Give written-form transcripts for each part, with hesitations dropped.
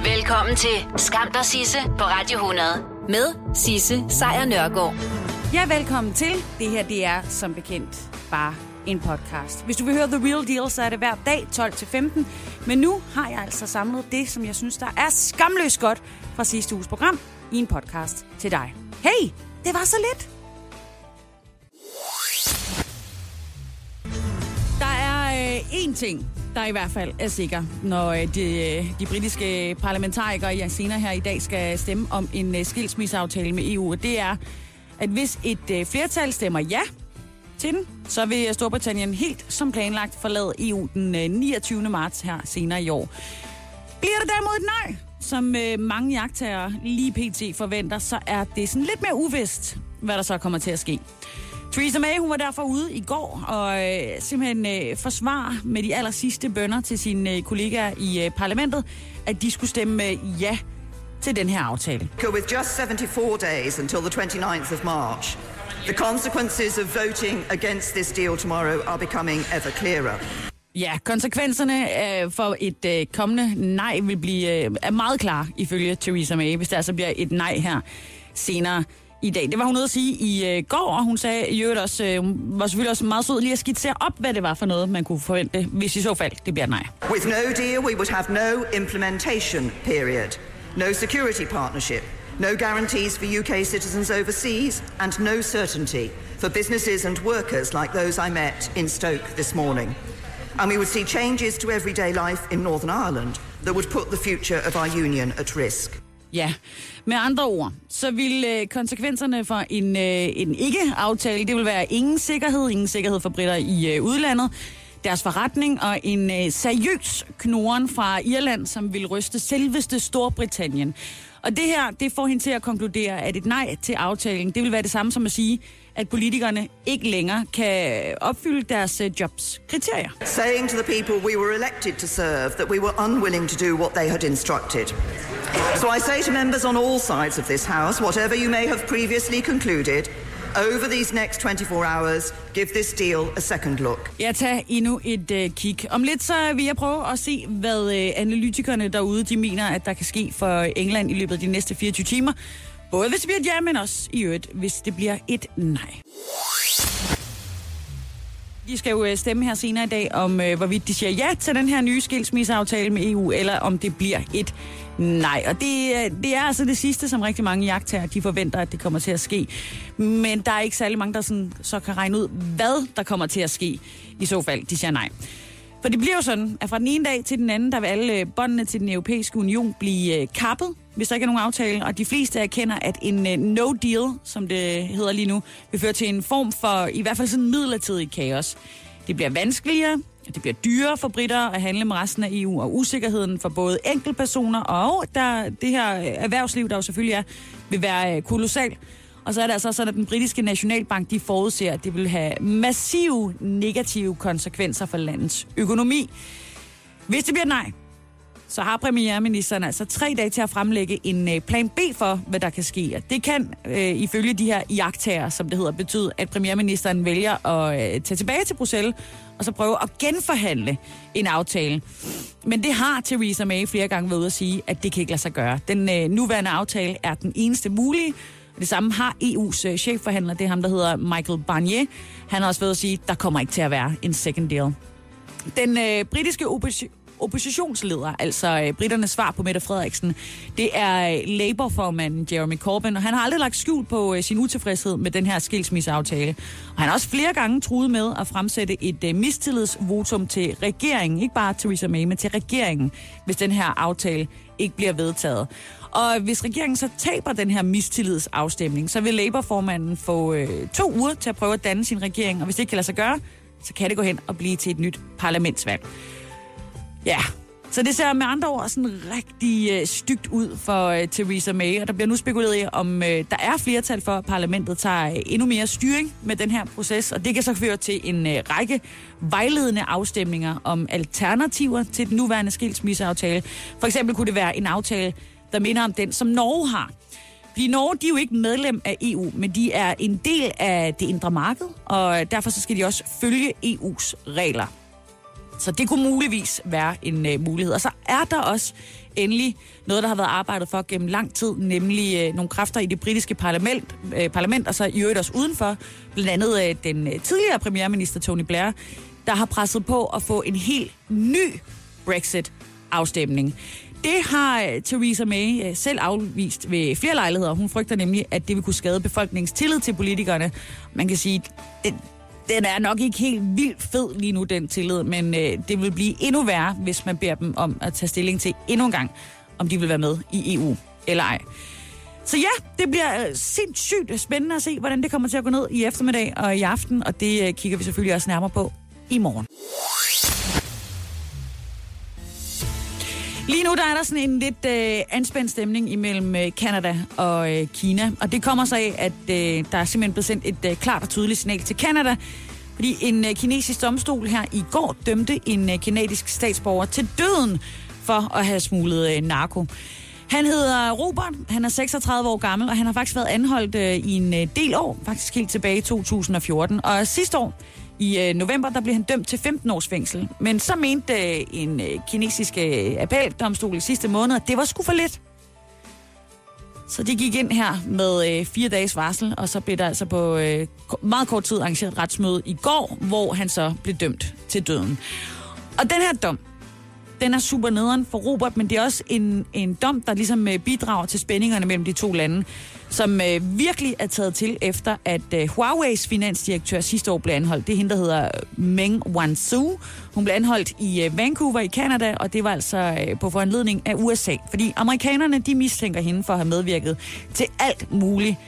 Velkommen til Skam dig Sisse på Radio 100 med Sisse Sejr Nørgaard. Ja, velkommen til. Det her, det er som bekendt bare en podcast. Hvis du vil høre The Real Deal, så er det hver dag 12-15. Men nu har jeg altså samlet det, som jeg synes, der er skamløst godt fra sidste uges program i en podcast til dig. Hey, det var så lidt. Der er én ting, der i hvert fald er sikker, når de britiske parlamentarikere senere her i dag skal stemme om en skilsmisseaftale med EU. Og det er, at hvis et flertal stemmer ja til den, så vil Storbritannien helt som planlagt forlade EU den 29. marts her senere i år. Bliver det derimod et nej, som mange iagttagere lige pt. Forventer, så er det sådan lidt mere uvist, hvad der så kommer til at ske. Theresa May, hun var derfor ude i går og simpelthen forsvarer med de aller sidste bønner til sine kollegaer i parlamentet, at de skulle stemme ja til den her aftale. With just 74 days until the 29th of March, the consequences of voting against this deal tomorrow are becoming ever clearer. Ja, konsekvenserne for et kommende nej vil blive er meget klare ifølge Theresa May, hvis der altså bliver et nej her senere i dag. Det var hun ude at sige i går, og hun sagde i øvrigt også, var selvfølgelig også meget sød lige at skitsere op, hvad det var for noget, man kunne forvente, hvis i så fald det bliver nej. With no deal, we would have no implementation period, no security partnership, no guarantees for UK citizens overseas, and no certainty for businesses and workers like those I met in Stoke this morning. And we would see changes to everyday life in Northern Ireland that would put the future of our union at risk. Ja, med andre ord, så vil konsekvenserne for en ikke-aftale, det vil være ingen sikkerhed for britter i udlandet, deres forretning og en seriøs knoren fra Irland, som vil ryste selveste Storbritannien. Og det her, det får hende til at konkludere, at et nej til aftalen, det vil være det samme som at sige, at politikerne ikke længere kan opfylde deres jobs kriterier. Saying to the people we were elected to serve that we were unwilling to do what they had instructed. So I say to members on all sides of this House, whatever you may have previously concluded, over these next 24 hours, give this deal a second look. Jeg tager endnu et kig. Om lidt så vil jeg prøve at se, hvad analytikerne derude de mener, at der kan ske for England i løbet af de næste 24 timer. Både hvis det bliver et ja, men også i øvrigt, hvis det bliver et nej. De skal jo stemme her senere i dag om, hvorvidt de siger ja til den her nye skilsmisseaftale med EU, eller om det bliver et nej. Og det er altså det sidste, som rigtig mange iagttagere, de forventer, at det kommer til at ske. Men der er ikke særlig mange, der så kan regne ud, hvad der kommer til at ske, i så fald de siger nej. For det bliver jo sådan, at fra den ene dag til den anden, der vil alle båndene til den europæiske union blive kappet, hvis der ikke er nogen aftale. Og de fleste erkender, at en no deal, som det hedder lige nu, vil føre til en form for i hvert fald sådan midlertidig kaos. Det bliver vanskeligere, det bliver dyrere for britter at handle med resten af EU, og usikkerheden for både enkeltpersoner og det her erhvervsliv, der jo selvfølgelig er, vil være kolossal. Og så er det altså sådan, at den britiske nationalbank, de forudser, at det vil have massive negative konsekvenser for landets økonomi. Hvis det bliver nej, så har premierministeren altså 3 dage til at fremlægge en plan B for, hvad der kan ske. Og det kan ifølge de her iagttagere, som det hedder, betyde, at premierministeren vælger at tage tilbage til Bruxelles og så prøve at genforhandle en aftale. Men det har Theresa May flere gange været ude at sige, at det kan ikke lade sig gøre. Den nuværende aftale er den eneste mulige. Det samme har EU's chefforhandler, det er ham, der hedder Michael Barnier. Han har også været at sige, at der kommer ikke til at være en second deal. Den britiske oppositionsleder, altså britternes svar på Mette Frederiksen, det er Labour-formanden Jeremy Corbyn, og han har aldrig lagt skjul på sin utilfredshed med den her skilsmisseaftale. Og han har også flere gange truet med at fremsætte et mistillidsvotum til regeringen, ikke bare Theresa May, men til regeringen, hvis den her aftale ikke bliver vedtaget. Og hvis regeringen så taber den her mistillidsafstemning, så vil Labour-formanden få 2 uger til at prøve at danne sin regering, og hvis det ikke kan lade sig gøre, så kan det gå hen og blive til et nyt parlamentsvalg. Ja, så det ser med andre ord sådan rigtig stygt ud for Theresa May, og der bliver nu spekuleret i, om der er flertal for, at parlamentet tager endnu mere styring med den her proces, og det kan så føre til en række vejledende afstemninger om alternativer til den nuværende skilsmisseaftale. For eksempel kunne det være en aftale, der minder om den, som Norge har. Fordi Norge, de er jo ikke medlem af EU, men de er en del af det indre marked, og derfor så skal de også følge EU's regler. Så det kunne muligvis være en mulighed. Og så er der også endelig noget, der har været arbejdet for gennem lang tid, nemlig nogle kræfter i det britiske parlament, og så i øvrigt også udenfor, blandt andet den tidligere premierminister Tony Blair, der har presset på at få en helt ny Brexit-afstemning. Det har Theresa May selv afvist ved flere lejligheder. Hun frygter nemlig, at det vil kunne skade befolkningens tillid til politikerne. Man kan sige, den er nok ikke helt vildt fed lige nu, den tillid, men det vil blive endnu værre, hvis man beder dem om at tage stilling til endnu en gang, om de vil være med i EU eller ej. Så ja, det bliver sindssygt spændende at se, hvordan det kommer til at gå ned i eftermiddag og i aften, og det kigger vi selvfølgelig også nærmere på i morgen. Lige nu der er der sådan en lidt anspændt stemning imellem Canada og Kina, og det kommer så af, at der er simpelthen blevet sendt et klart og tydeligt signal til Canada, fordi en kinesisk domstol her i går dømte en canadisk statsborger til døden for at have smuglet narko. Han hedder Robert, han er 36 år gammel, og han har faktisk været anholdt i en del år, faktisk helt tilbage i 2014, og sidste år, i november, der blev han dømt til 15 års fængsel. Men så mente en kinesisk appeldomstol i sidste måned, at det var sgu for lidt. Så de gik ind her med 4 dages varsel, og så blev der altså på meget kort tid arrangeret et retsmøde i går, hvor han så blev dømt til døden. Og den her dom, den er super nederen for Robert, men det er også en dom, der ligesom bidrager til spændingerne mellem de to lande, som virkelig er taget til efter, at Huawei's finansdirektør sidste år blev anholdt. Det er hende, der hedder Meng Wanzhou. Hun blev anholdt i Vancouver i Canada, og det var altså på foranledning af USA. Fordi amerikanerne, de mistænker hende for at have medvirket til alt muligt.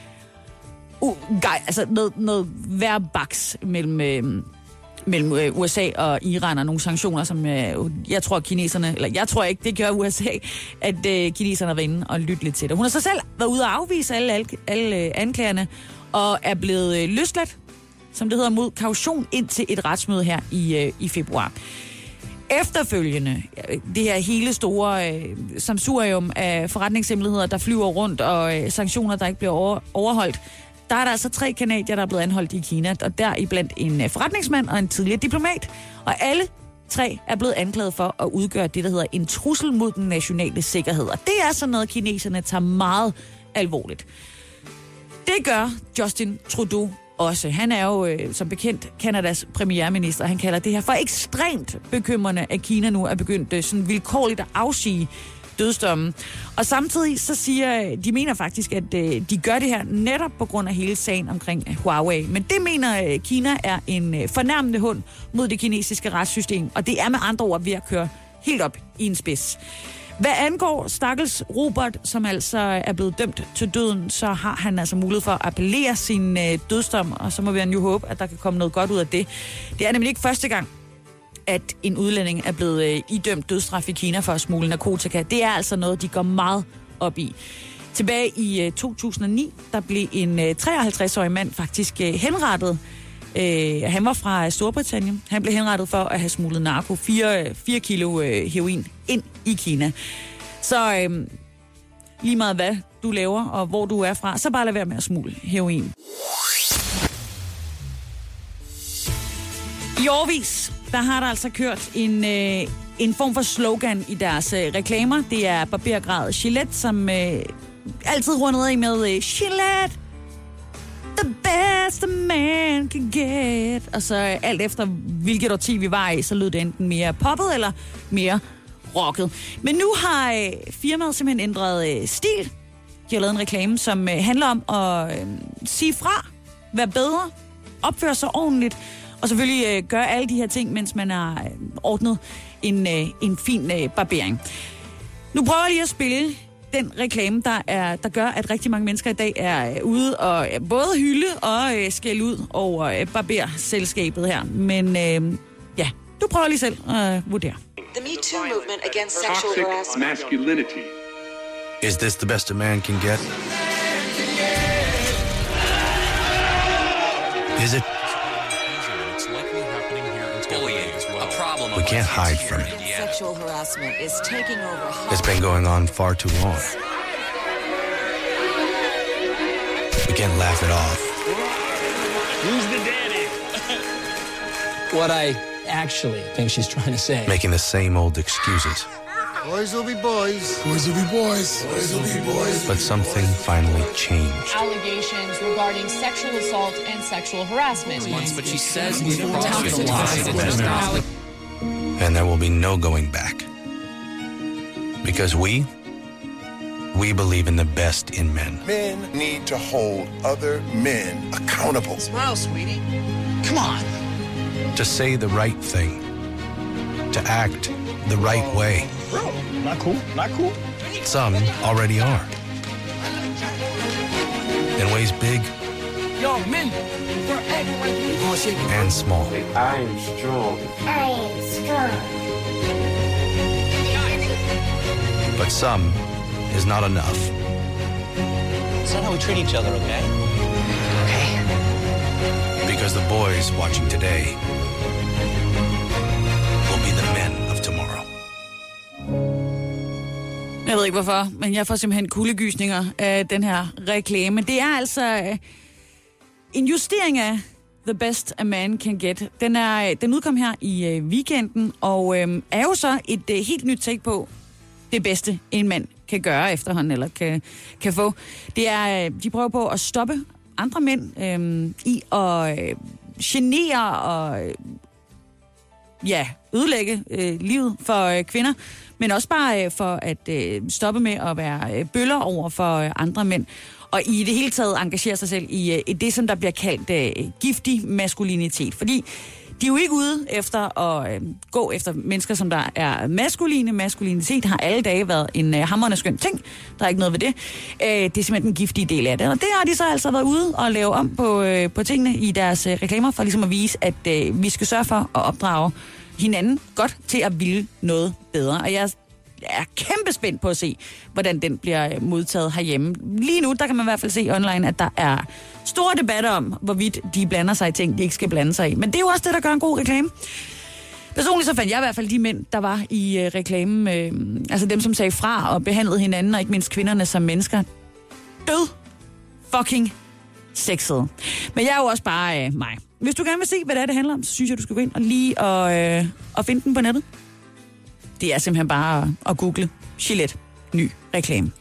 Altså noget værbaks mellem USA og Iran og nogle sanktioner, som jeg tror ikke, det gør USA, at kineserne var inde og lytte lidt til det. Hun har så selv været ude og afvise alle anklagerne, og er blevet løsladt, som det hedder, mod kaution ind til et retsmøde her i februar. Efterfølgende, det her hele store sammensurium af forretningshemmeligheder, der flyver rundt, og sanktioner, der ikke bliver overholdt, der er der altså 3 canadier, der er blevet anholdt i Kina, og der iblandt en forretningsmand og en tidligere diplomat. Og alle 3 er blevet anklaget for at udgøre det, der hedder en trussel mod den nationale sikkerhed. Og det er sådan noget, kineserne tager meget alvorligt. Det gør Justin Trudeau også. Han er jo som bekendt Kanadas premierminister, og han kalder det her for ekstremt bekymrende, at Kina nu er begyndt sådan vilkårligt at afsige dødsdommen. Og samtidig så siger de mener faktisk, at de gør det her netop på grund af hele sagen omkring Huawei. Men det mener Kina er en fornærmende hund mod det kinesiske retssystem, og det er med andre ord ved at køre helt op i en spids. Hvad angår stakkels Robert, som altså er blevet dømt til døden, så har han altså mulighed for at appellere sin dødsdom, og så må vi jo håbe, at der kan komme noget godt ud af det. Det er nemlig ikke første gang, at en udlænding er blevet idømt dødsstraf i Kina for at smugle narkotika. Det er altså noget, de går meget op i. Tilbage i 2009, der blev en 53-årig mand faktisk henrettet. Han var fra Storbritannien. Han blev henrettet for at have smuglet narko, 4 kilo heroin ind i Kina. Så lige meget hvad du laver og hvor du er fra, så bare lad være med at smugle heroin. I årevis, der har der altså kørt en form for slogan i deres reklamer. Det er barbergrad Gillette, som altid rundede af med Gillette, the best a man can get. Og så alt efter hvilket årti vi var i, så lød det enten mere poppet eller mere rocket. Men nu har firmaet simpelthen ændret stil. De har lavet en reklame, som handler om at sige fra, være bedre, opføre sig ordentligt, og selvfølgelig gøre alle de her ting, mens man har ordnet en fin barbering. Nu prøver jeg lige at spille den reklame, der gør, at rigtig mange mennesker i dag er ude og både hylde og skælde ud over barberselskabet her. Men ja, du prøver lige selv at vurdere. The Me Too movement against sexual harassment. Masculinity. Is this the best a man can get? Is it? It's likely happening here in Bullying as well. A problem. We can't hide from it. Sexual harassment is taking over. It's been going on far too long. We can't laugh it off. Who's the daddy? What I actually think she's trying to say. Making the same old excuses. Boys will be boys. Boys will be boys. Boys will be boys. But something finally changed. Allegations regarding sexual assault and sexual harassment. But she says And there will be no going back. Because we believe in the best in men. Men need to hold other men accountable. Smile, sweetie. Come on. To say the right thing. To act the right way. Bro, not cool. Not cool. Some already are. In ways big Yo, men. and small. I am strong. I am strong. But some is not enough. It's not how we treat each other, okay? Okay. Because the boys watching today will be the men of tomorrow. Jeg ved ikke hvorfor, men jeg får simpelthen kuldegysninger af den her reklame. Det er altså en justering af The Best a Man Can Get. Den udkom her i weekenden, og er jo så et helt nyt take på det bedste, en mand kan gøre efterhånden, eller kan få. Det er, de prøver på at stoppe andre mænd i at genere og ødelægge livet for kvinder, men også bare for at stoppe med at være bøller over for andre mænd. Og i det hele taget engagere sig selv i det, som der bliver kaldt giftig maskulinitet. Fordi de er jo ikke ude efter at gå efter mennesker, som der er maskuline. Maskulinitet har alle dage været en hamrende skøn ting. Der er ikke noget ved det. Det er simpelthen den giftige del af det. Og det har de så altså været ude og lave om på tingene i deres reklamer, for ligesom at vise, at vi skal sørge for at opdrage hinanden godt til at ville noget bedre. Og jeg er kæmpe spændt på at se, hvordan den bliver modtaget herhjemme. Lige nu, der kan man i hvert fald se online, at der er store debatter om, hvorvidt de blander sig i ting, de ikke skal blande sig i. Men det er jo også det, der gør en god reklame. Personligt så fandt jeg i hvert fald de mænd, der var i reklamen, altså dem, som sagde fra og behandlede hinanden, og ikke mindst kvinderne som mennesker, død fucking sexede. Men jeg er jo også bare mig. Hvis du gerne vil se, hvad det handler om, så synes jeg, du skal gå ind og lige og finde den på nettet. Det er simpelthen bare at google Gillette ny reklame.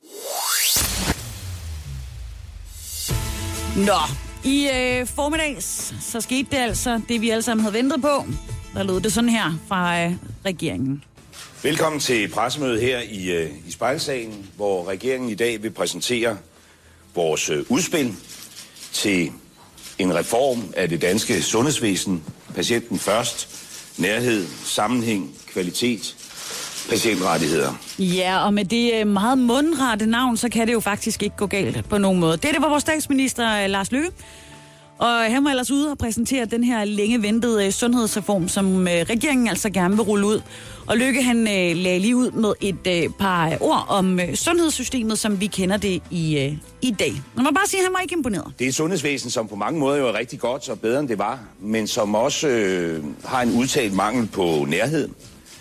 Nå, i formiddags, så skete det altså det, vi alle sammen havde ventet på. Der lød det sådan her fra regeringen. Velkommen til pressemødet her i Spejlsagen, hvor regeringen i dag vil præsentere vores udspil til en reform af det danske sundhedsvæsen. Patienten først, nærhed, sammenhæng, kvalitet, patientrettigheder. Ja, og med det meget mundrette navn, så kan det jo faktisk ikke gå galt på nogen måde. Det var vores statsminister Lars Løkke, og han var ellers ude og præsentere den her længe ventede sundhedsreform, som regeringen altså gerne vil rulle ud. Og Løkke, han lagde lige ud med et par ord om sundhedssystemet, som vi kender det i dag. Man må bare sige, at han var ikke imponeret. Det er et sundhedsvæsen, som på mange måder jo er rigtig godt og bedre end det var, men som også har en udtalt mangel på nærhed.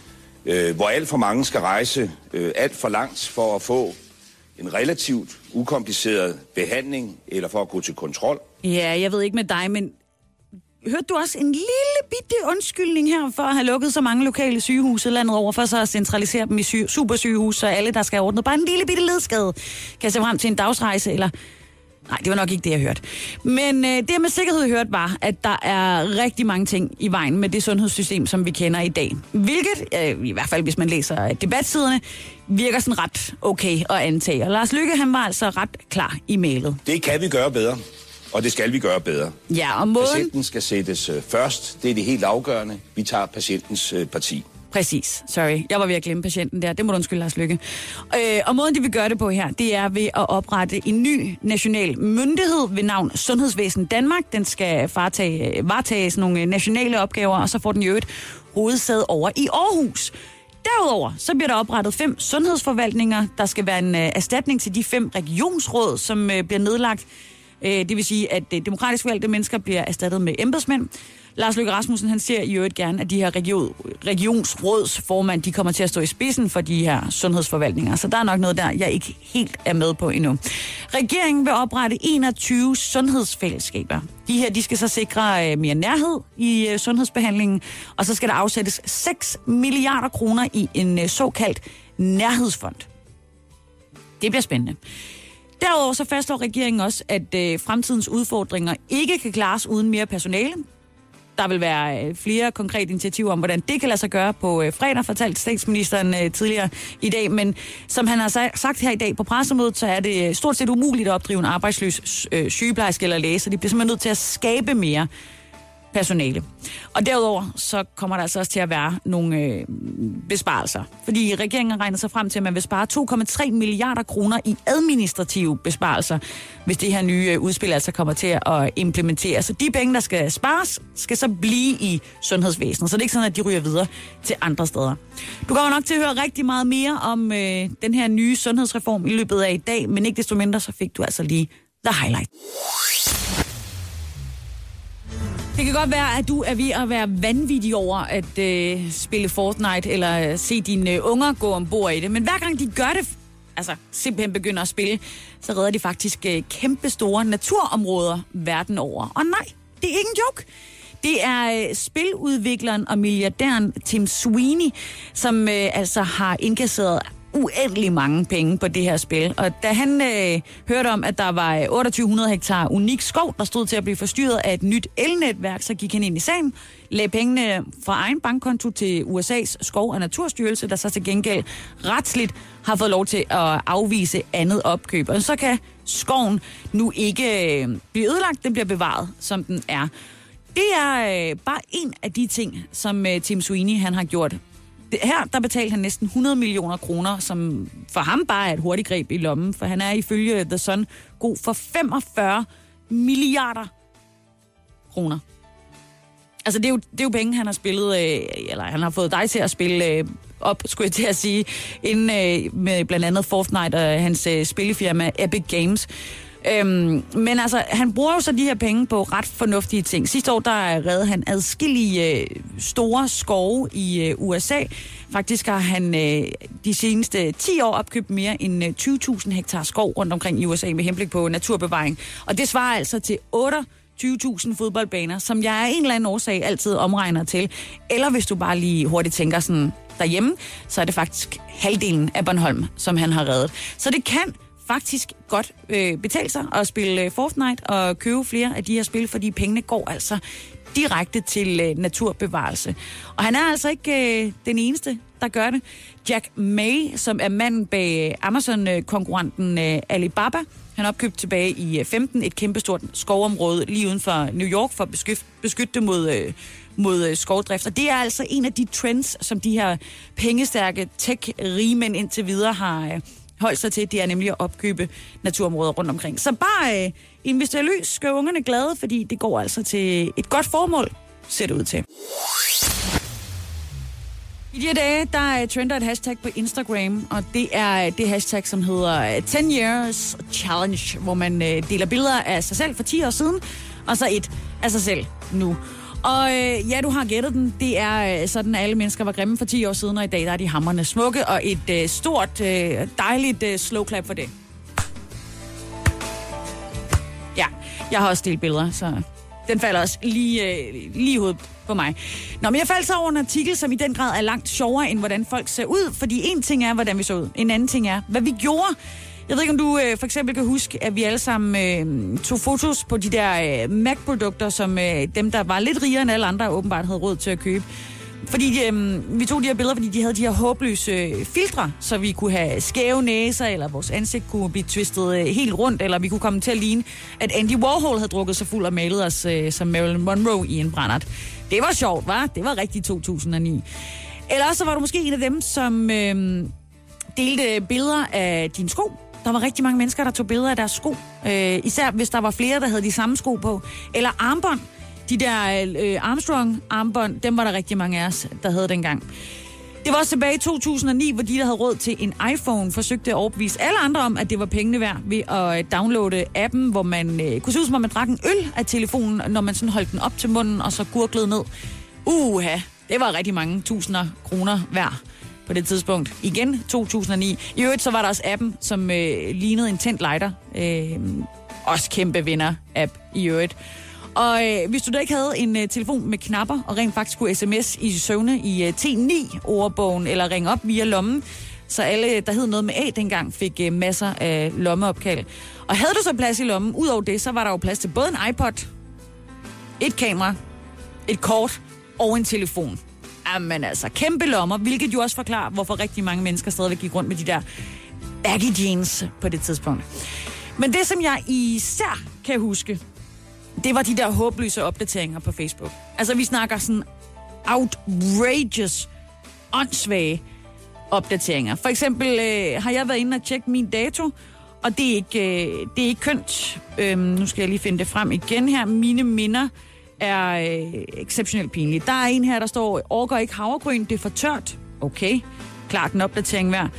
Hvor alt for mange skal rejse alt for langt for at få en relativt ukompliceret behandling, eller for at gå til kontrol. Ja, jeg ved ikke med dig, men hørte du også en lille bitte undskyldning her for at have lukket så mange lokale sygehuse landet over, for så at centralisere dem i supersygehus, så alle, der skal ordne bare en lille bitte ledskade, kan se frem til en dagsrejse, eller... Nej, det var nok ikke det, jeg hørte. Men det, jeg med sikkerhed hørte, var, at der er rigtig mange ting i vejen med det sundhedssystem, som vi kender i dag. Hvilket, i hvert fald hvis man læser debatsiderne, virker sådan ret okay at antage. Og Lars Løkke, han var altså ret klar i mailet. Det kan vi gøre bedre, og det skal vi gøre bedre. Ja, og måden... Patienten skal sættes først. Det er det helt afgørende. Vi tager patientens parti. Præcis. Sorry. Jeg var ved at glemme patienten der. Det må du undskylde, Lars Løkke. Og måden, de vil gøre det på her, det er ved at oprette en ny national myndighed ved navn Sundhedsvæsen Danmark. Den skal varetage sådan nogle nationale opgaver, og så får den jo et hovedsæde over i Aarhus. Derudover så bliver der oprettet 5 sundhedsforvaltninger. Der skal være en erstatning til de 5 regionsråd, som bliver nedlagt. Det vil sige, at demokratisk valgte mennesker bliver erstattet med embedsmænd. Lars Løkke Rasmussen, han ser i øvrigt gerne, at de her regionsrådsformand, de kommer til at stå i spidsen for de her sundhedsforvaltninger. Så der er nok noget der, jeg ikke helt er med på endnu. Regeringen vil oprette 21 sundhedsfællesskaber. De her, de skal så sikre mere nærhed i sundhedsbehandlingen, og så skal der afsættes 6 milliarder kroner i en såkaldt nærhedsfond. Det bliver spændende. Derudover så fastslår regeringen også, at fremtidens udfordringer ikke kan klares uden mere personale. Der vil være flere konkrete initiativer om, hvordan det kan lade sig gøre på fredag, fortalte statsministeren tidligere i dag. Men som han har sagt her i dag på pressemødet, så er det stort set umuligt at opdrive en arbejdsløs sygeplejerske eller læge, så de bliver simpelthen nødt til at skabe mere personale. Og derudover så kommer der altså også til at være nogle besparelser. Fordi regeringen har regnet sig frem til, at man vil spare 2,3 milliarder kroner i administrative besparelser, hvis det her nye udspil altså kommer til at implementere. Så de penge, der skal spares, skal så blive i sundhedsvæsenet. Så det er ikke sådan, at de ryger videre til andre steder. Du kommer nok til at høre rigtig meget mere om den her nye sundhedsreform i løbet af i dag, men ikke desto mindre, så fik du altså lige the highlight. Det kan godt være, at du er ved at være vanvittig over at spille Fortnite, eller se dine unger gå ombord i det. Men hver gang de gør det, altså simpelthen begynder at spille, så redder de faktisk kæmpe store naturområder verden over. Og nej, det er ikke en joke. Det er spiludvikleren og milliardæren Tim Sweeney, som altså har indkasseret uendelig mange penge på det her spil. Og da han hørte om, at der var 2800 hektar unik skov, der stod til at blive forstyrret af et nyt elnetværk, så gik han ind i sagen, lagde pengene fra egen bankkonto til USA's Skov- og Naturstyrelse, der så til gengæld retsligt har fået lov til at afvise andet opkøb. Og så kan skoven nu ikke blive ødelagt, den bliver bevaret, som den er. Det er bare en af de ting, som Tim Sweeney han har gjort. Her der betalte han næsten 100 millioner kroner, som for ham bare er et hurtigt greb i lommen, for han er ifølge The Sun god for 45 milliarder kroner. Altså det er jo penge, han har spillet, eller han har fået dig til at spille op, skulle jeg til at sige, inden med blandt andet Fortnite og hans spillefirma Epic Games. Men altså, han bruger jo så de her penge på ret fornuftige ting. Sidste år, der reddede han adskillige store skove i USA. Faktisk har han de seneste 10 år opkøbt mere end 20.000 hektar skov rundt omkring i USA med henblik på naturbevaring. Og det svarer altså til 28.000 fodboldbaner, som jeg af en eller anden årsag altid omregner til. Eller hvis du bare lige hurtigt tænker sådan derhjemme, så er det faktisk halvdelen af Bornholm, som han har reddet. Så det kan faktisk godt betale sig at spille Fortnite og købe flere af de her spil, fordi pengene går altså direkte til naturbevarelse. Og han er altså ikke den eneste, der gør det. Jack Ma, som er manden bag Amazon-konkurrenten Alibaba, han opkøbte tilbage i 15 et kæmpestort skovområde lige uden for New York for at beskytte det mod skovdrift. Og det er altså en af de trends, som de her pengestærke tech-rigmænd indtil videre har holdt sig til, det er nemlig at opkøbe naturområder rundt omkring. Så bare investere løs, gør ungerne glade, fordi det går altså til et godt formål, ser det ud til. I de her dage, der trender et hashtag på Instagram, og det er det hashtag, som hedder 10 Years Challenge, hvor man deler billeder af sig selv for 10 år siden, og så et af sig selv nu. Og ja, du har gættet den. Det er sådan, at alle mennesker var grimme for 10 år siden, og i dag der er de hamrende smukke, og et stort, dejligt slow clap for det. Ja, jeg har også delt billeder, så den falder også lige i hovedet på mig. Nå, men jeg faldt så over en artikel, som i den grad er langt sjovere, end hvordan folk ser ud, fordi en ting er, hvordan vi så ud. En anden ting er, hvad vi gjorde. Jeg ved ikke, om du for eksempel kan huske, at vi alle sammen tog fotos på de der Mac-produkter, som dem, der var lidt rigere end alle andre, åbenbart havde råd til at købe. Fordi vi tog de her billeder, fordi de havde de her håbløse filtre, så vi kunne have skæve næser, eller vores ansigt kunne blive twistet helt rundt, eller vi kunne komme til at ligne, at Andy Warhol havde drukket sig fuld og malet os som Marilyn Monroe i en brændert. Det var sjovt, hva'? Det var rigtig 2009. Eller så var du måske en af dem, som delte billeder af dine sko. Der var rigtig mange mennesker, der tog billeder af deres sko. Især hvis der var flere, der havde de samme sko på. Eller armbånd. De der Armstrong-armbånd, dem var der rigtig mange af os, der havde dengang. Det var også tilbage i 2009, hvor de, der havde råd til en iPhone, forsøgte at overbevise alle andre om, at det var pengene værd ved at downloade appen, hvor man kunne se ud, som om man drak en øl af telefonen, når man sådan holdt den op til munden og så gurglede ned. Det var rigtig mange tusinder kroner værd på det tidspunkt. Igen 2009. I øvrigt så var der også appen, som lignede en tændt lighter. Også kæmpe vinder-app i øvrigt. Og hvis du da ikke havde en telefon med knapper, og rent faktisk kunne sms i søvne i T9-ordbogen, eller ringe op via lommen, så alle, der hed noget med A dengang, fik masser af lommeopkald. Og havde du så plads i lommen, udover det, så var der jo plads til både en iPod, et kamera, et kort og en telefon. Jamen altså, kæmpe lommer, hvilket jo også forklarer, hvorfor rigtig mange mennesker stadigvæk gik rundt med de der baggy jeans på det tidspunkt. Men det, som jeg især kan huske, det var de der håbløse opdateringer på Facebook. Altså, vi snakker sådan outrageous, åndssvage opdateringer. For eksempel har jeg været inde og tjekke min dato, og det er ikke kønt. Nu skal jeg lige finde det frem igen her. Mine minder er exceptionelt pinlige. Der er en her, der står, orker ikke havregryn, det er for tørt. Okay, klart en opdatering værd.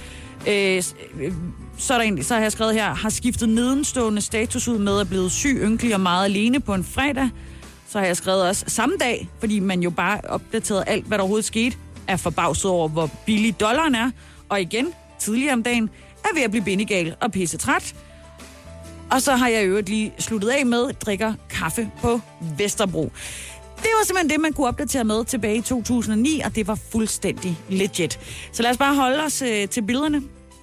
Så har jeg skrevet her, har skiftet nedenstående status ud med at blive syg, ynkelig og meget alene på en fredag. Så har jeg skrevet også samme dag, fordi man jo bare opdaterede alt, hvad der overhovedet skete, er forbavset over, hvor billig dollaren er. Og igen, tidligere om dagen, er ved at blive bindegal og pissetræt. Og så har jeg jo lige sluttet af med, drikker kaffe på Vesterbro. Det var simpelthen det, man kunne opdatere med tilbage i 2009, og det var fuldstændig legit. Så lad os bare holde os til billederne.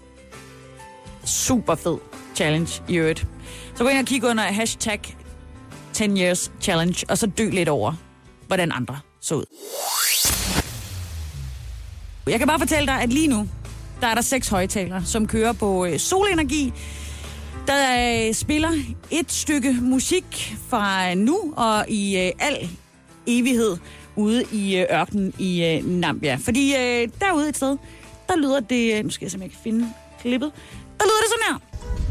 Super fed challenge i øvrigt. Så gå ind og kig under hashtag 10 years challenge, og så dø lidt over, hvordan andre så ud. Jeg kan bare fortælle dig, at lige nu, der er der 6 højtalere, som kører på solenergi. Der spiller et stykke musik fra nu og i al evighed ude i ørkenen i Nambia. Fordi derude et sted, der lyder det... Nu skal jeg simpelthen ikke finde klippet. Der lyder det sådan her.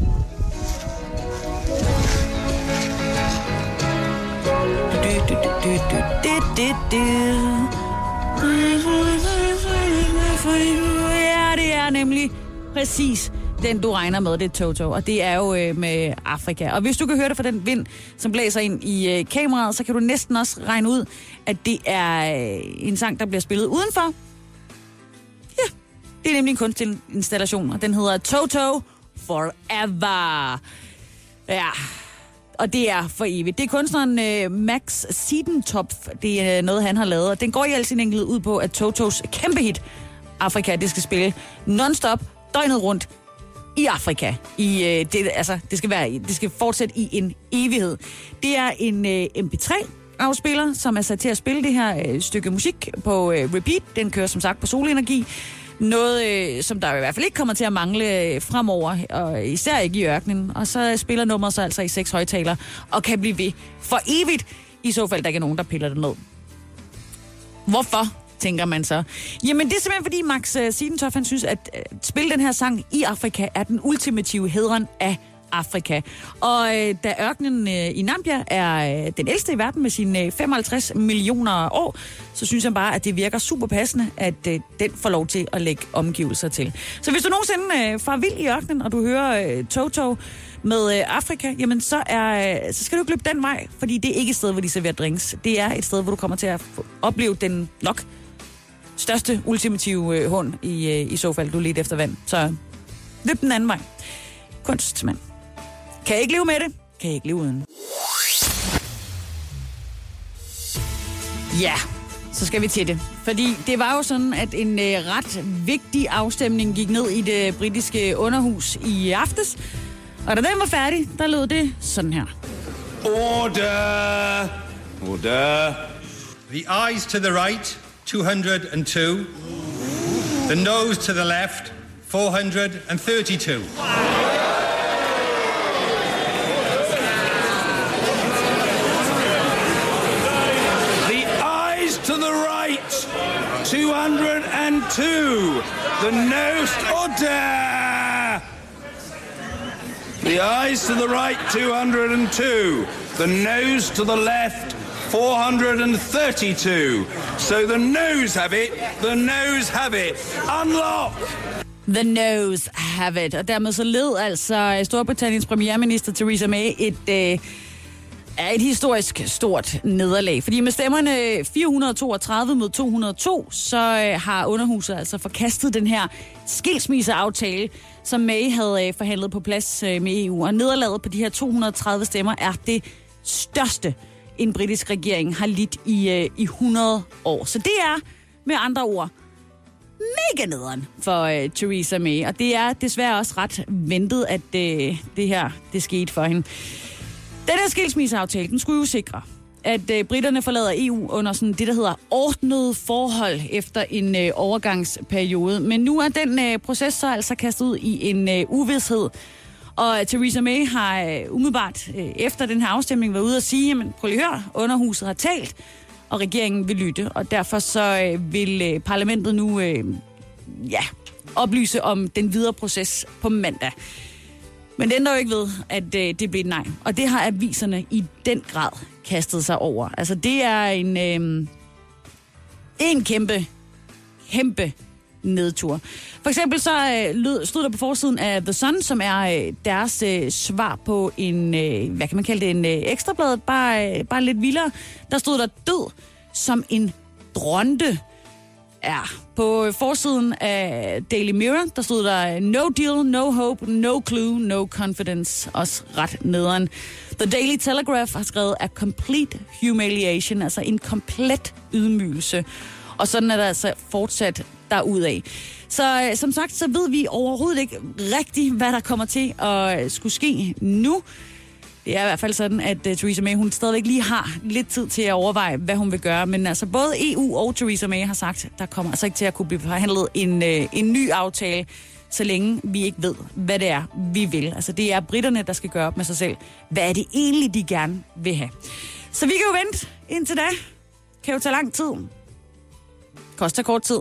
Ja, det er nemlig præcis den, du regner med, det er Toto. Og det er jo med Afrika. Og hvis du kan høre det fra den vind, som blæser ind i kameraet, så kan du næsten også regne ud, at det er en sang, der bliver spillet udenfor. Ja, det er nemlig en kunstinstallation, og den hedder Toto Forever. Ja, og det er for evigt. Det er kunstneren Max Siedentopf. Det er noget, han har lavet, og den går i al sin enkelhed ud på, at Totos kæmpe hit Afrika, det skal spille non-stop, døgnet rundt i Afrika. Det skal fortsætte i en evighed. Det er en MP3-afspiller, som er sat til at spille det her stykke musik på repeat. Den kører som sagt på solenergi. Noget, som der i hvert fald ikke kommer til at mangle fremover, og især ikke i ørkenen. Og så spiller nummeret så altså i 6 højtalere, og kan blive ved for evigt, i så fald der ikke er nogen, der piller det ned. Hvorfor, tænker man så? Jamen, det er simpelthen fordi Max Siedentopf, han synes, at spille den her sang i Afrika er den ultimative hædren af Afrika. Og da ørkenen i Nambia er den ældste i verden med sine 55 millioner år, så synes jeg bare, at det virker super passende, at den får lov til at lægge omgivelser til. Så hvis du nogensinde farer vild i ørkenen, og du hører Toto med Afrika, jamen så skal du ikke løbe den vej, fordi det er ikke et sted, hvor de serverer drinks. Det er et sted, hvor du kommer til at opleve den nok største ultimative hund i så fald, du ledte efter vand. Så løb den anden vej. Kunstmand. Kan jeg ikke leve med det? Kan jeg ikke leve uden. Ja, så skal vi til det. Fordi det var jo sådan, at en ret vigtig afstemning gik ned i det britiske underhus i aftes. Og da den var færdig, der lød det sådan her. Order! Order! The eyes to the right, 202. The nose to the left, 432. To the right, 202. The nose, order. The eyes to the right, 202. The nose to the left, 432. So the noes have it. The noes have it. Unlock! The noes have it. Og dermed så led altså Storbritanniens premierminister Theresa May et historisk stort nederlag. Fordi med stemmerne 432 mod 202, så har underhuset altså forkastet den her skilsmisseaftale, som May havde forhandlet på plads med EU. Og nederlaget på de her 230 stemmer er det største, en britisk regering har lidt i 100 år. Så det er med andre ord mega nederen for Theresa May. Og det er desværre også ret ventet, at det her det skete for hende. Den her skilsmisseaftale, den skulle jo sikre, at britterne forlader EU under sådan det, der hedder ordnede forhold efter en overgangsperiode. Men nu er den proces så altså kastet ud i en uvished. Og Theresa May har umiddelbart efter den her afstemning været ude og sige, jamen prøv lige at høre, underhuset har talt, og regeringen vil lytte. Og derfor så vil parlamentet nu oplyse om den videre proces på mandag. Men det ændrer jo ikke ved, at det blev et nej. Og det har aviserne i den grad kastet sig over. Altså det er en kæmpe nedtur. For eksempel så stod der på forsiden af The Sun, som er deres svar på en, hvad kan man kalde det, en ekstrablad, bare lidt vildere. Der stod der død som en dronte. Ja, på forsiden af Daily Mirror, der stod der no deal, no hope, no clue, no confidence. Også ret nederen. The Daily Telegraph har skrevet a complete humiliation, altså en komplet ydmygelse. Og sådan er der altså fortsat derudad. Så som sagt, så ved vi overhovedet ikke rigtigt, hvad der kommer til at skulle ske nu. Det er i hvert fald sådan, at Theresa May, hun stadigvæk lige har lidt tid til at overveje, hvad hun vil gøre. Men altså både EU og Theresa May har sagt, der kommer altså ikke til at kunne blive forhandlet en ny aftale, så længe vi ikke ved, hvad det er, vi vil. Altså det er britterne, der skal gøre op med sig selv. Hvad er det egentlig, de gerne vil have? Så vi kan jo vente indtil da. Kan jo tage lang tid. Koster kort tid.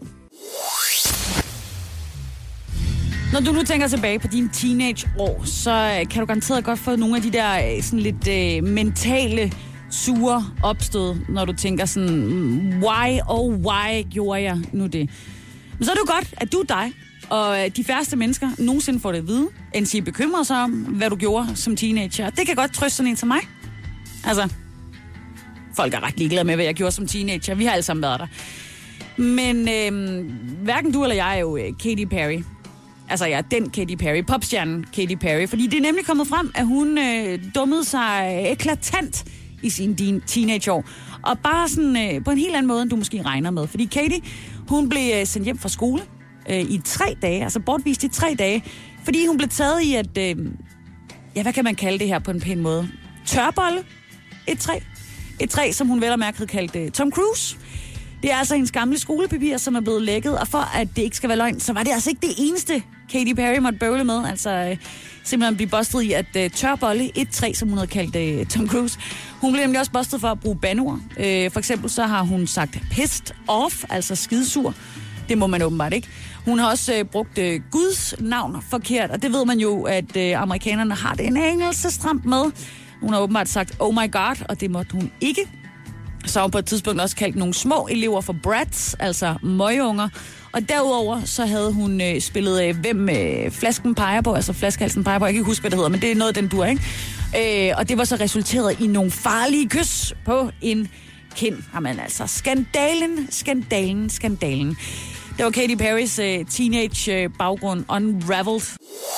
Når du nu tænker tilbage på dine teenageår, så kan du garanteret godt få nogle af de der sådan lidt mentale sure opstød, når du tænker sådan, why gjorde jeg nu det? Men så er det jo godt, at du er dig, og de færreste mennesker nogensinde får det at vide, end de bekymrer sig om, hvad du gjorde som teenager. Det kan godt trøste sådan en som mig. Altså, folk er ret ligeglade med, hvad jeg gjorde som teenager. Vi har alle sammen været der. Men hverken du eller jeg er jo Katy Perry. Altså ja, den Katy Perry, popstjernen Katy Perry. Fordi det er nemlig kommet frem, at hun dummede sig eklatant i sine teenageår. Og bare sådan på en helt anden måde, end du måske regner med. Fordi Katy, hun blev sendt hjem fra skole i 3 dage, altså bortvist i 3 dage. Fordi hun blev taget i at, hvad kan man kalde det her på en pæn måde? Tørbolle et træ. Et træ, som hun vel og mærket kaldte Tom Cruise. Det er altså hendes gamle skolepapir, som er blevet lækket, og for at det ikke skal være løgn, så var det altså ikke det eneste, Katy Perry måtte bøvle med. Altså simpelthen blive bustet i at tørbolle et træ, som hun havde kaldt Tom Cruise. Hun blev nemlig også bustet for at bruge bandeord. For eksempel så har hun sagt pissed off, altså skidsur. Det må man åbenbart ikke. Hun har også brugt Guds navn forkert, og det ved man jo, at amerikanerne har det en anelse stramt med. Hun har åbenbart sagt oh my god, og det måtte hun ikke. Så har hun på et tidspunkt også kaldt nogle små elever for brats, altså møgunger. Og derudover så havde hun spillet hvem flasken peger på, altså flaskehalsen peger på. Jeg kan ikke huske, hvad det hedder, men det er noget, den dur, ikke? Og det var så resulteret i nogle farlige kys på en kind. Jamen altså, skandalen. Det var Katy Perrys teenage baggrund unraveled.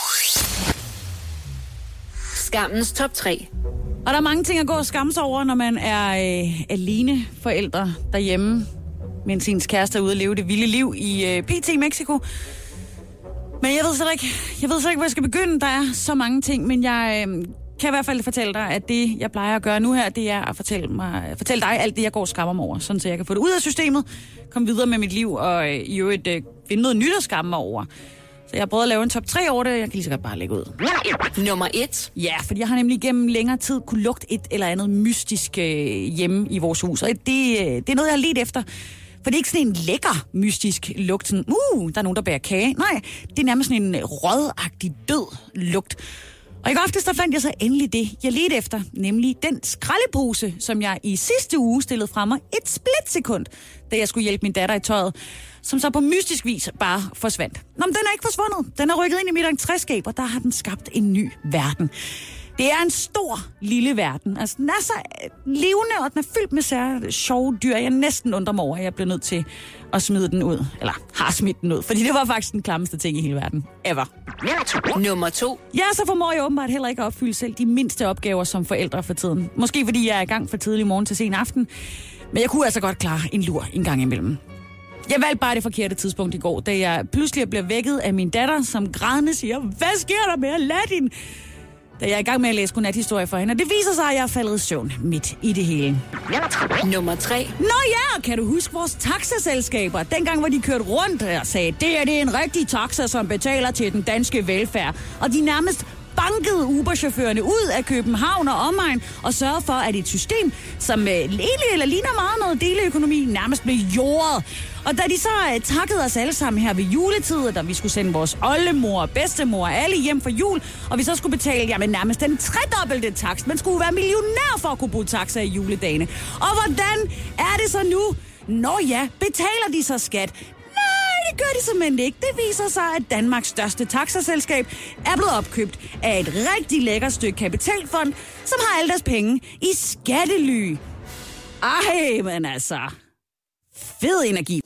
Skammens top 3. Og der er mange ting at gå og skamme sig over, når man er alene forældre derhjemme, mens ens kæreste er ude at leve det vilde liv i PT i Mexico. Men jeg ved slet ikke, hvor jeg skal begynde. Der er så mange ting, men jeg kan i hvert fald fortælle dig, at det, jeg plejer at gøre nu her, det er at fortælle dig alt det, jeg går og skammer mig over, sådan så jeg kan få det ud af systemet, komme videre med mit liv og i øvrigt finde noget nyt at skamme mig over. Så jeg har prøvet at lave en top 3 over det, jeg kan lige så godt bare lægge ud. Nummer 1. Ja, fordi jeg har nemlig gennem længere tid kunne lugte et eller andet mystisk hjemme i vores hus. Og det er noget, jeg har ledt efter. For det er ikke sådan en lækker, mystisk lugt. Sådan, der er nogen, der bærer kage. Nej, det er nærmest sådan en rådagtig død lugt. Og i går aftes, der fandt jeg så endelig det, jeg ledte efter, nemlig den skraldepose, som jeg i sidste uge stillede fra mig et splitsekund, da jeg skulle hjælpe min datter i tøjet, som så på mystisk vis bare forsvandt. Nå, men den er ikke forsvundet. Den er rykket ind i mit entréskab, og der har den skabt en ny verden. Det er en stor, lille verden. Altså, den er så levende, og den er fyldt med sjove dyr. Jeg næsten undrer mig over, at jeg blev nødt til at smide den ud. Eller har smidt den ud, fordi det var faktisk den klammeste ting i hele verden. Ever. Nummer 2. Ja, så formår jeg åbenbart heller ikke at opfylde selv de mindste opgaver som forældre for tiden. Måske fordi jeg er i gang for tidlig morgen til sen aften. Men jeg kunne altså godt klare en lur en gang imellem. Jeg valgte bare det forkerte tidspunkt i går, da jeg pludselig blev vækket af min datter, som grædende siger, hvad sker der med Aladdin? Da jeg er i gang med at læse godnathistorie for hende, og det viser sig, at jeg er faldet i søvn midt i det hele. Nummer 3. Nå ja, kan du huske vores taxaselskaber? Dengang, hvor de kørte rundt og sagde, det er en rigtig taxa, som betaler til den danske velfærd. Og de nærmest bankede Uber-chaufførerne ud af København og omegn og sørgede for, at et system, som ligner meget noget deleøkonomi, nærmest blev jordet. Og da de så takkede os alle sammen her ved juletid, da vi skulle sende vores oldemor og bedstemor alle hjem for jul, og vi så skulle betale nærmest den tredobbelte takst. Man skulle være millionær for at kunne bruge taxa i juledagene. Og hvordan er det så nu? Nå ja, betaler de så skat? Det gør de simpelthen ikke. Det viser sig, at Danmarks største taxaselskab er blevet opkøbt af et rigtig lækkert stykke kapitalfond, som har alle deres penge i skattely. Ej, men altså. Fed energi.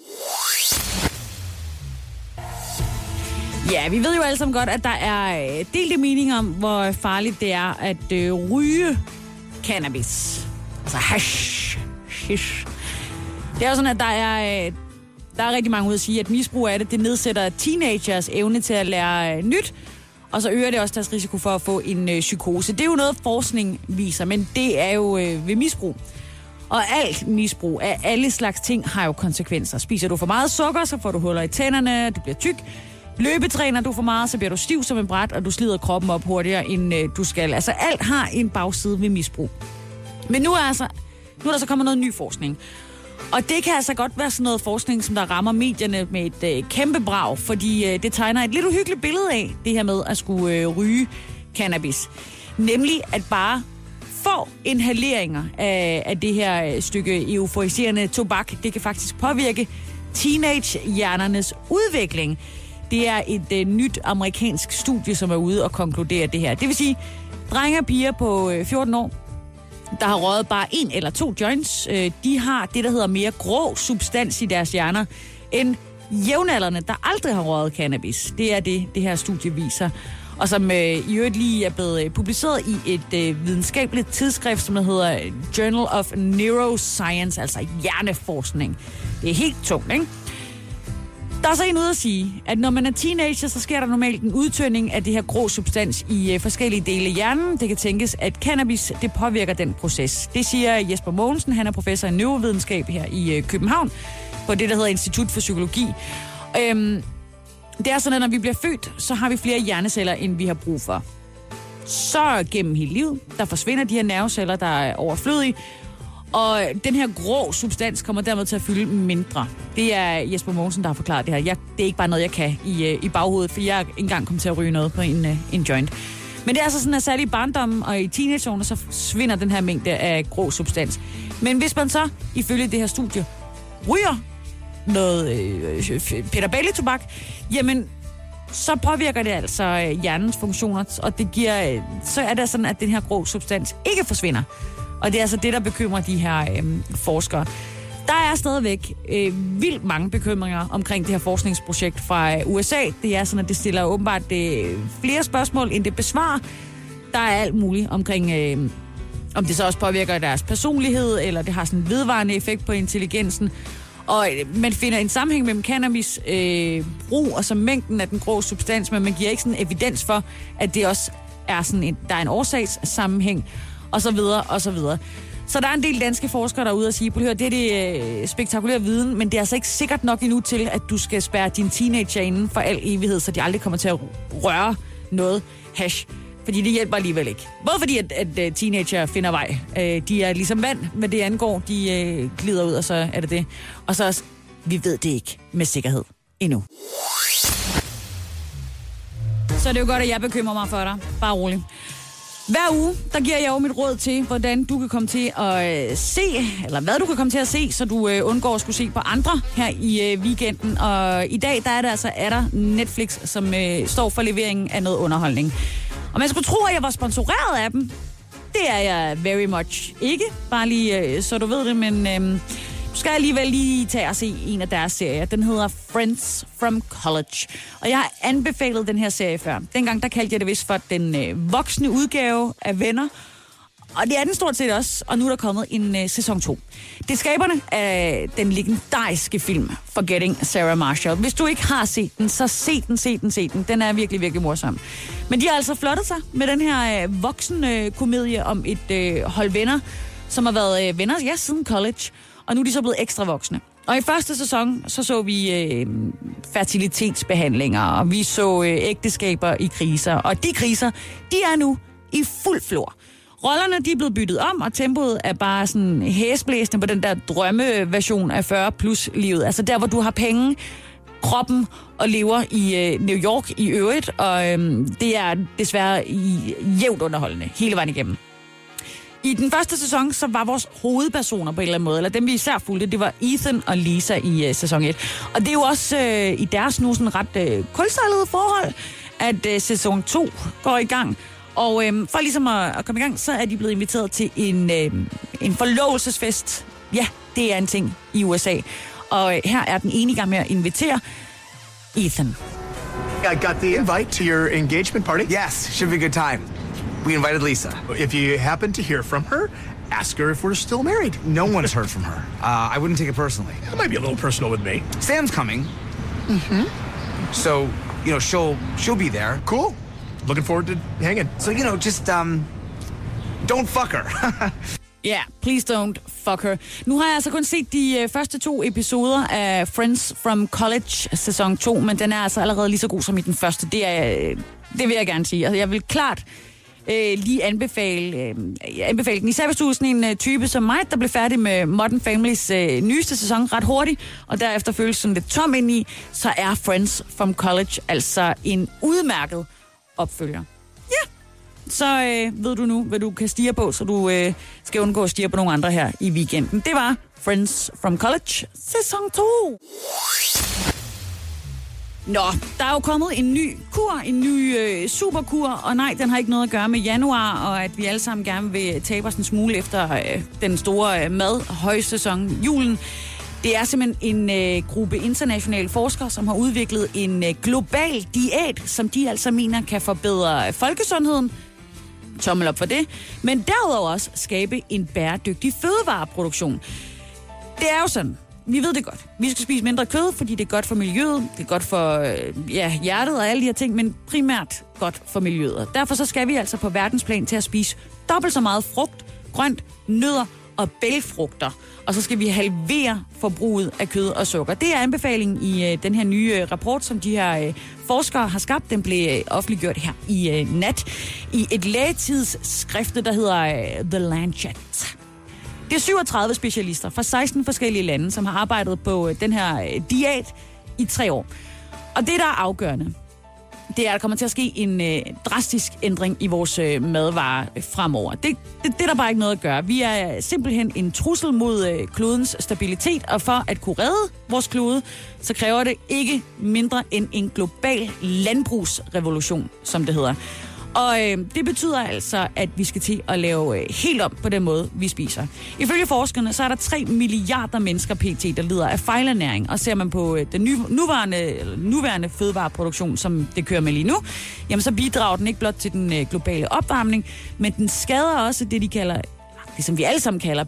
Ja, vi ved jo alle sammen godt, at der er delte meninger om, hvor farligt det er at ryge cannabis. Altså hash. Det er jo sådan, at der er rigtig mange ude at sige, at misbrug af det nedsætter teenagers evne til at lære nyt, og så øger det også deres risiko for at få en psykose. Det er jo noget, forskning viser, men det er jo ved misbrug. Og alt misbrug af alle slags ting har jo konsekvenser. Spiser du for meget sukker, så får du huller i tænderne, du bliver tyk. Løbetræner du for meget, så bliver du stiv som en bræt, og du slider kroppen op hurtigere, end du skal. Altså alt har en bagside ved misbrug. Men nu er der så kommet noget ny forskning. Og det kan altså godt være sådan noget forskning, som der rammer medierne med et kæmpe brag, fordi det tegner et lidt uhyggeligt billede af det her med at skulle ryge cannabis. Nemlig at bare få inhaleringer af det her stykke euforiserende tobak, det kan faktisk påvirke teenagehjernernes udvikling. Det er et nyt amerikansk studie, som er ude og konkludere det her. Det vil sige, drenge og piger på 14 år, der har røget bare 1 eller 2 joints, de har det, der hedder mere grå substans i deres hjerner, end jævnaldrende, der aldrig har røget cannabis. Det er det her studie viser. Og som i øvrigt lige er blevet publiceret i et videnskabeligt tidsskrift, som hedder Journal of Neuroscience, altså hjerneforskning. Det er helt tungt, ikke? Der er så en ude at sige, at når man er teenager, så sker der normalt en udtynding af det her grå substans i forskellige dele af hjernen. Det kan tænkes, at cannabis, det påvirker den proces. Det siger Jesper Mogensen, han er professor i neurovidenskab her i København, på det, der hedder Institut for Psykologi. Det er sådan, at når vi bliver født, så har vi flere hjerneceller, end vi har brug for. Så gennem hele livet, der forsvinder de her nerveceller, der er overflødige, og den her grå substans kommer dermed til at fylde mindre. Det er Jesper Mogensen, der har forklaret det her. Det er ikke bare noget, jeg kan i baghovedet, for jeg er ikke engang kommet til at ryge noget på en joint. Men det er altså sådan, at særligt i barndommen og i teenageårene, så svinder den her mængde af grå substans. Men hvis man så, ifølge det her studie, ryger noget peterbelli-tobak, jamen, så påvirker det altså hjernens funktioner, og så er det sådan, at den her grå substans ikke forsvinder. Og det er altså det, der bekymrer de her forskere. Der er stadigvæk vildt mange bekymringer omkring det her forskningsprojekt fra USA. Det er sådan, at det stiller åbenbart flere spørgsmål, end det besvarer. Der er alt muligt omkring, om det så også påvirker deres personlighed, eller det har sådan en vedvarende effekt på intelligensen. Og man finder en sammenhæng mellem cannabis brug og så mængden af den grå substans, men man giver ikke sådan evidens for, at det også er sådan der er en årsagssammenhæng, og så videre, og så videre. Så der er en del danske forskere derude og sige, det er det spektakulær viden, men det er altså ikke sikkert nok endnu til, at du skal spærre din teenager inden for al evighed, så de aldrig kommer til at røre noget hash. Fordi det hjælper alligevel ikke. Både fordi, at teenager finder vej. De er ligesom vand, hvad det angår. De glider ud, og så er det det. Og så også, vi ved det ikke med sikkerhed endnu. Så det er jo godt, at jeg bekymrer mig for dig. Bare rolig. Hver uge, der giver jeg jo mit råd til, hvordan du kan komme til at se, eller hvad du kan komme til at se, så du undgår at skulle se på andre her i weekenden. Og i dag, der er det altså Netflix, som står for leveringen af noget underholdning. Og man skulle tro, at jeg var sponsoreret af dem. Det er jeg very much ikke. Bare lige så du ved det, men du skal alligevel lige tage og se en af deres serier. Den hedder Friends from College. Og jeg har anbefalet den her serie før. Dengang der kaldte jeg det vist for den voksne udgave af Venner. Og det er den stort set også. Og nu er der kommet en sæson 2. Det er skaberne af den legendariske film Forgetting Sarah Marshall. Hvis du ikke har set den, så se den. Den er virkelig, virkelig morsom. Men de har altså flottet sig med den her voksenkomedie om et hold venner, som har været venner siden college. Og nu er de så blevet ekstra voksne. Og i første sæson, så vi fertilitetsbehandlinger, og vi så ægteskaber i kriser. Og de kriser, de er nu i fuld flor. Rollerne, de er blevet byttet om, og tempoet er bare sådan hæsblæsende på den der drømmeversion af 40+-livet. Altså der, hvor du har penge, kroppen og lever i New York i øvrigt. Og det er desværre jævnt underholdende hele vejen igennem. I den første sæson, så var vores hovedpersoner på en eller anden måde, eller dem vi især fulgte, det var Ethan og Lisa i sæson 1. Og det er jo også i deres nu sådan ret kuldsejlede forhold, at sæson 2 går i gang. Og for ligesom at komme i gang, så er de blevet inviteret til en forlovelsesfest. Ja, det er en ting i USA. Og her er den ene i gang med at invitere Ethan. I got the invite to your engagement party. Yes, should be a good time. We invited Lisa. If you happen to hear from her, ask her if we're still married. No one's heard from her. I wouldn't take it personally. It might be a little personal with me. Sam's coming. Mm-hmm. So, she'll be there. Cool. Looking forward to hanging. So, just, don't fuck her. Yeah, please don't fuck her. Nu har jeg altså kun set de første 2 episoder af Friends from College sæson 2, men den er altså allerede lige så god som i den første. Det vil jeg gerne sige. Altså, jeg vil klart lige anbefale den. Især hvis du er sådan en type som mig, der blev færdig med Modern Familys nyeste sæson ret hurtigt, og derefter føles sådan lidt tom ind i, så er Friends from College altså en udmærket opfølger. Ja, så ved du nu, hvad du kan stirre på, så du skal undgå at stirre på nogle andre her i weekenden. Det var Friends from College sæson 2. Nå, der er jo kommet en ny kur, en ny superkur, og nej, den har ikke noget at gøre med januar, og at vi alle sammen gerne vil tabe os en smule efter den store højsæson, julen. Det er simpelthen en gruppe internationale forskere, som har udviklet en global diæt, som de altså mener kan forbedre folkesundheden. Tommel op for det. Men derudover også skabe en bæredygtig fødevareproduktion. Det er jo sådan. Vi ved det godt. Vi skal spise mindre kød, fordi det er godt for miljøet, det er godt for hjertet og alle de her ting, men primært godt for miljøet. Derfor så skal vi altså på verdensplan til at spise dobbelt så meget frugt, grønt, nødder og bælgfrugter. Og så skal vi halvere forbruget af kød og sukker. Det er anbefalingen i den her nye rapport, som de her forskere har skabt. Den blev offentliggjort her i nat i et lægetidsskrifte, der hedder The Lancet. Det er 37 specialister fra 16 forskellige lande, som har arbejdet på den her diæt i 3 år. Og det, der er afgørende, det er, at der kommer til at ske en drastisk ændring i vores madvarer fremover. Det er der bare ikke noget at gøre. Vi er simpelthen en trussel mod klodens stabilitet, og for at kunne redde vores klode, så kræver det ikke mindre end en global landbrugsrevolution, som det hedder. Og det betyder altså, at vi skal til at lave helt om på den måde, vi spiser. Ifølge forskerne, så er der 3 milliarder mennesker pt., der lider af fejlernæring. Og ser man på den nuværende fødevareproduktion, som det kører med lige nu, jamen så bidrager den ikke blot til den globale opvarmning, men den skader også det, de kalder, det som vi alle sammen kalder,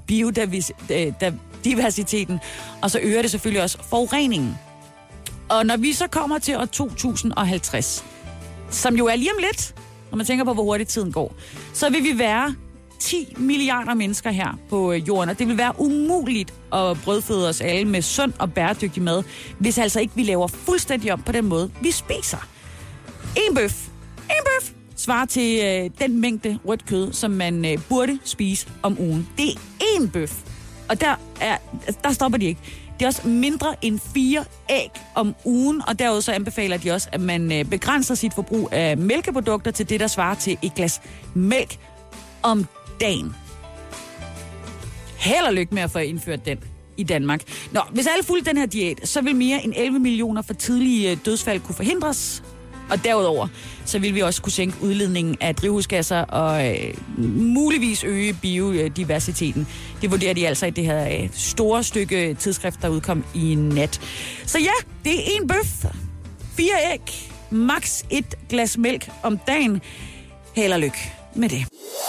biodiversiteten. Og så øger det selvfølgelig også forureningen. Og når vi så kommer til år 2050, som jo er lige om lidt, når man tænker på, hvor hurtigt tiden går, så vil vi være 10 milliarder mennesker her på jorden, og det vil være umuligt at brødføde os alle med sund og bæredygtig mad, hvis altså ikke vi laver fuldstændig om på den måde, vi spiser. En bøf svarer til den mængde rødt kød, som man burde spise om ugen. Det er én bøf, og der stopper de ikke. Det er også mindre end 4 æg om ugen, og derudover så anbefaler de også, at man begrænser sit forbrug af mælkeprodukter til det, der svarer til et glas mælk om dagen. Held og lykke med at få indført den i Danmark. Nå, hvis alle fulgte den her diæt, så vil mere end 11 millioner for tidlige dødsfald kunne forhindres. Og derudover, så vil vi også kunne sænke udledningen af drivhusgasser og muligvis øge biodiversiteten. Det vurderer de altså i det her store stykke tidsskrift, der udkom i nat. Så ja, det er 1 bøf, 4 æg, maks 1 glas mælk om dagen. Held og lykke med det.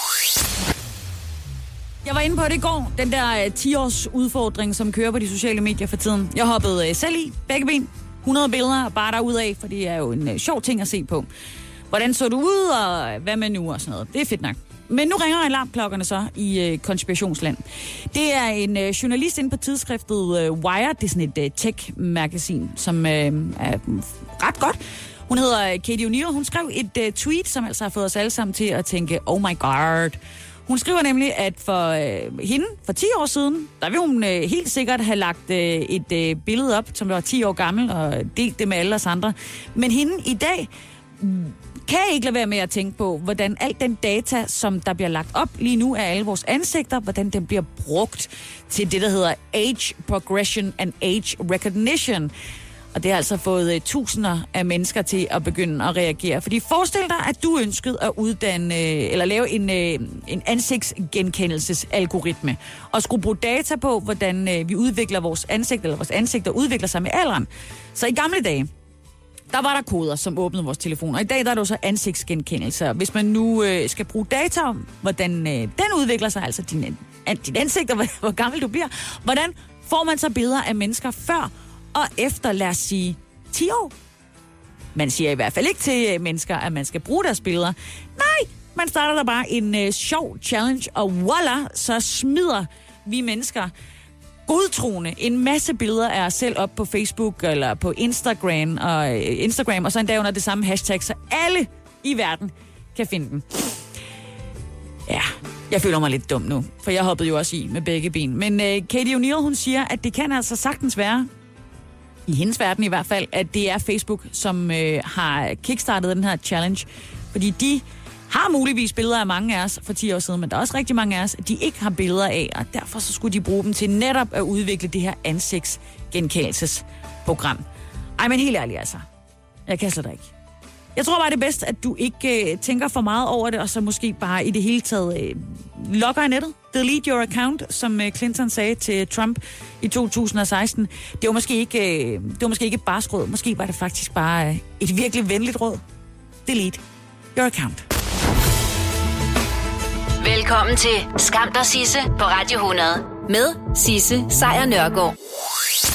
Jeg var inde på det i går, den der 10-års udfordring, som kører på de sociale medier for tiden. Jeg hoppede selv i begge ben. 100 billeder bare derudaf, for det er jo en sjov ting at se på. Hvordan så du ud, og hvad med nu og sådan noget. Det er fedt nok. Men nu ringer alarmklokkerne så i konspirationsland. Det er en journalist inde på tidsskriftet Wired. Det er sådan et tech-magasin, som er ret godt. Hun hedder Katie O'Neill. Hun skrev et tweet, som altså har fået os alle sammen til at tænke, oh my god. Hun skriver nemlig, at for hende, for 10 år siden, der vil hun helt sikkert have lagt et billede op, som var 10 år gammel, og delt det med alle os andre. Men hende i dag kan ikke lade være med at tænke på, hvordan al den data, som der bliver lagt op lige nu af alle vores ansigter, hvordan den bliver brugt til det, der hedder age progression and age recognition. Og det har altså fået tusinder af mennesker til at begynde at reagere. Fordi forestil dig, at du ønskede at uddanne eller lave en ansigtsgenkendelsesalgoritme og skulle bruge data på, hvordan vi udvikler vores ansigt, eller vores ansigter udvikler sig med alderen. Så i gamle dage, der var der koder, som åbnede vores telefoner. I dag der er det jo så ansigtsgenkendelse. Hvis man nu skal bruge data om, hvordan den udvikler sig, altså din ansigt og hvor gammel du bliver, hvordan får man så billeder af mennesker før og efter, lad os sige, 10 år. Man siger i hvert fald ikke til mennesker, at man skal bruge deres billeder. Nej, man starter der bare en sjov challenge, og voila, så smider vi mennesker godtroende en masse billeder af os selv op på Facebook eller på Instagram, og så endda under det samme hashtag, så alle i verden kan finde dem. Ja, jeg føler mig lidt dum nu, for jeg hoppede jo også i med begge ben. Men Katie O'Neill, hun siger, at det kan altså sagtens være, i hendes verden i hvert fald, at det er Facebook, som har kickstartet den her challenge. Fordi de har muligvis billeder af mange af os for 10 år siden, men der er også rigtig mange af os, de ikke har billeder af, og derfor så skulle de bruge dem til netop at udvikle det her ansigtsgenkendelsesprogram. Ej, men helt ærligt altså. Jeg kan slet ikke. Jeg tror bare, det er bedst, at du ikke tænker for meget over det, og så måske bare i det hele taget logger i nettet. Delete your account, som Clinton sagde til Trump i 2016. Det var måske ikke et barskt råd. Måske var det faktisk bare et virkelig venligt råd. Delete your account. Velkommen til Skam dig Sisse på Radio 100 med Sisse Sejr Nørgaard.